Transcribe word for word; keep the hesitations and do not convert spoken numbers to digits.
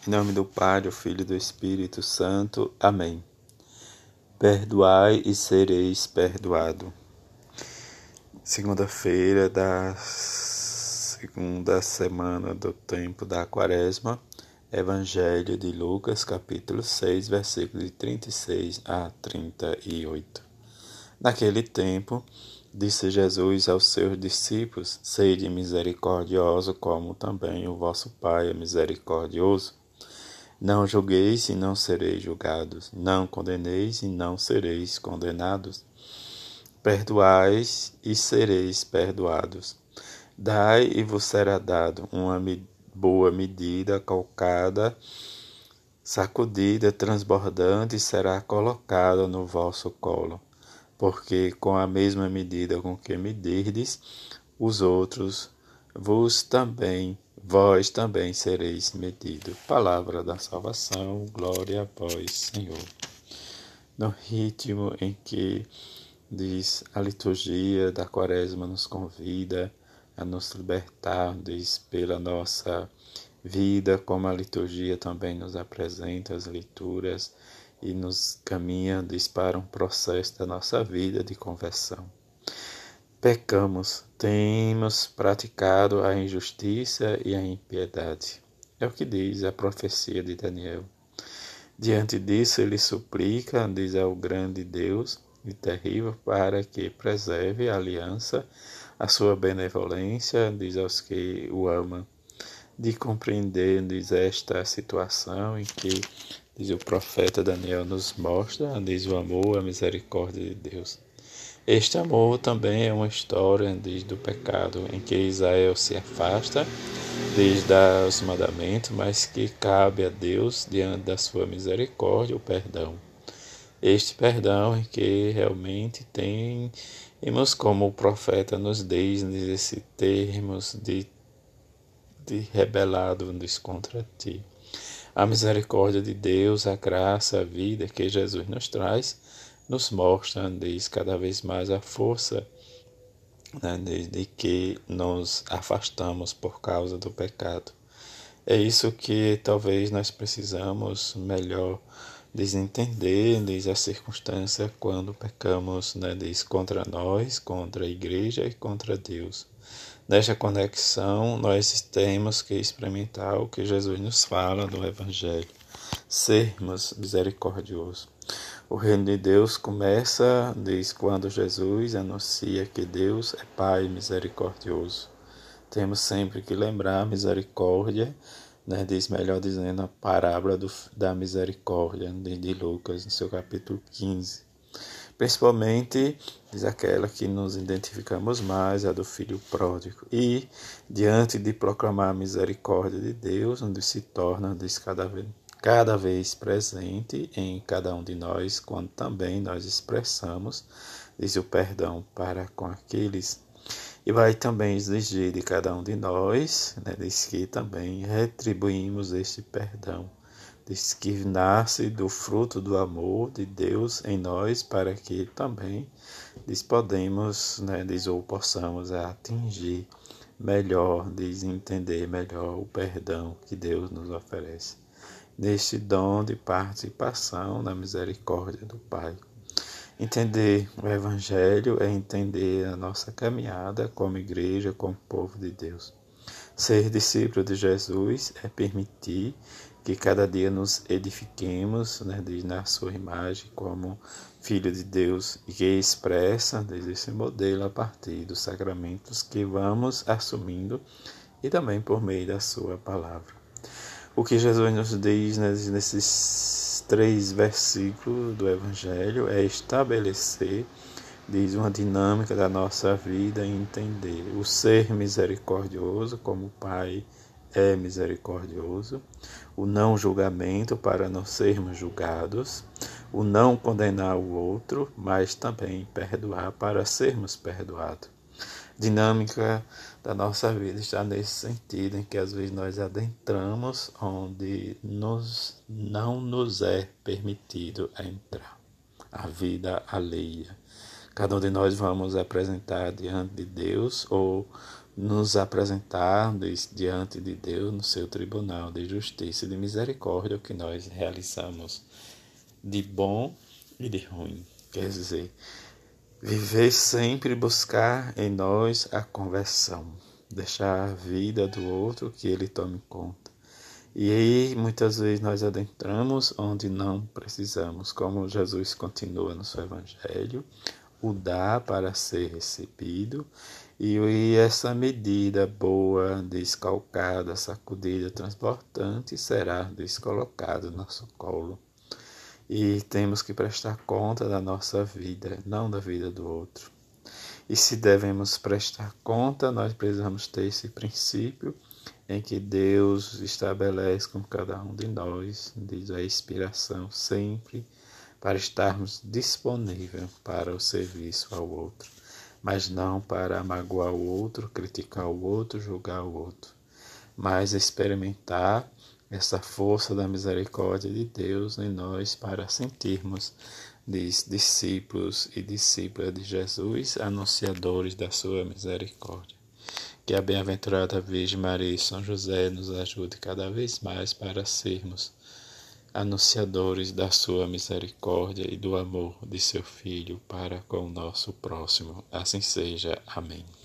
Em nome do Pai, do Filho e do Espírito Santo. Amém. Perdoai e sereis perdoado. Segunda-feira da segunda semana do tempo da Quaresma. Evangelho de Lucas, capítulo seis, versículos de trinta e seis a trinta e oito. Naquele tempo, disse Jesus aos seus discípulos: Sede misericordioso, como também o vosso Pai é misericordioso. Não julgueis e não sereis julgados. Não condeneis e não sereis condenados. Perdoais e sereis perdoados. Dai e vos será dado uma boa medida, calcada, sacudida, transbordante, será colocada no vosso colo. Porque com a mesma medida com que medirdes os outros, vos também, vós também sereis medidos. Palavra da salvação, glória a vós, Senhor. No ritmo em que diz a liturgia da Quaresma nos convida a nos libertar, diz, pela nossa vida, como a liturgia também nos apresenta as leituras e nos caminha, diz, para um processo da nossa vida de conversão. Pecamos, temos praticado a injustiça e a impiedade. É o que diz a profecia de Daniel. Diante disso, ele suplica, diz ao grande Deus e terrível, para que preserve a aliança, a sua benevolência, diz aos que o amam, de compreender, diz, esta situação em que, diz, o profeta Daniel nos mostra, diz, o amor, a misericórdia de Deus. Este amor também é uma história, diz, do pecado, em que Israel se afasta, diz, dos mandamentos, mas que cabe a Deus, diante da sua misericórdia, o perdão. Este perdão em que realmente temos, como o profeta nos diz, nesse termos de, de rebelado-nos contra ti. A misericórdia de Deus, a graça, a vida que Jesus nos traz, nos mostra, diz, cada vez mais a força, né, de, de que nos afastamos por causa do pecado. É isso que talvez nós precisamos melhor desentender, diz, a circunstância quando pecamos, né, diz, contra nós, contra a igreja e contra Deus. Nesta conexão, nós temos que experimentar o que Jesus nos fala no Evangelho, sermos misericordiosos. O reino de Deus começa, diz, quando Jesus anuncia que Deus é Pai misericordioso. Temos sempre que lembrar a misericórdia, né, diz, melhor dizendo, a parábola do, da misericórdia de, de Lucas, no seu capítulo quinze. Principalmente, diz, aquela que nos identificamos mais, a do filho pródigo. E, diante de proclamar a misericórdia de Deus, onde se torna, diz, cada vez, cada vez presente em cada um de nós, quando também nós expressamos, diz, o perdão para com aqueles. E vai também exigir de cada um de nós, né, diz, que também retribuímos este perdão. Diz que nasce do fruto do amor de Deus em nós, para que também, diz, podemos, né, diz, ou possamos atingir melhor, diz, entender melhor o perdão que Deus nos oferece. Neste dom de participação na misericórdia do Pai. Entender o Evangelho é entender a nossa caminhada como igreja, como povo de Deus. Ser discípulo de Jesus é permitir que cada dia nos edifiquemos, né, na sua imagem como Filho de Deus, e que expressa, desde esse modelo, a partir dos sacramentos que vamos assumindo e também por meio da sua palavra. O que Jesus nos diz, né, nesses três versículos do Evangelho é estabelecer, diz, uma dinâmica da nossa vida e entender o ser misericordioso, como o Pai é misericordioso, o não julgamento para não sermos julgados, o não condenar o outro, mas também perdoar para sermos perdoados. Dinâmica da nossa vida está nesse sentido, em que às vezes nós adentramos onde nos, não nos é permitido entrar, a vida alheia. Cada um de nós vamos apresentar diante de Deus ou nos apresentar diante de Deus no seu tribunal de justiça e de misericórdia o que nós realizamos de bom e de ruim. Quer dizer, viver sempre buscar em nós a conversão, deixar a vida do outro que ele tome conta. E aí muitas vezes nós adentramos onde não precisamos, como Jesus continua no seu evangelho, o dar para ser recebido, e essa medida boa, descalcada, sacudida, transportante, será descolocada no nosso colo. E temos que prestar conta da nossa vida, não da vida do outro. E se devemos prestar conta, nós precisamos ter esse princípio em que Deus estabelece com cada um de nós, diz a inspiração sempre, para estarmos disponíveis para o serviço ao outro, mas não para magoar o outro, criticar o outro, julgar o outro, mas experimentar essa força da misericórdia de Deus em nós para sentirmos discípulos e discípulas de Jesus, anunciadores da sua misericórdia. Que a bem-aventurada Virgem Maria e São José nos ajude cada vez mais para sermos anunciadores da sua misericórdia e do amor de seu Filho para com o nosso próximo. Assim seja. Amém.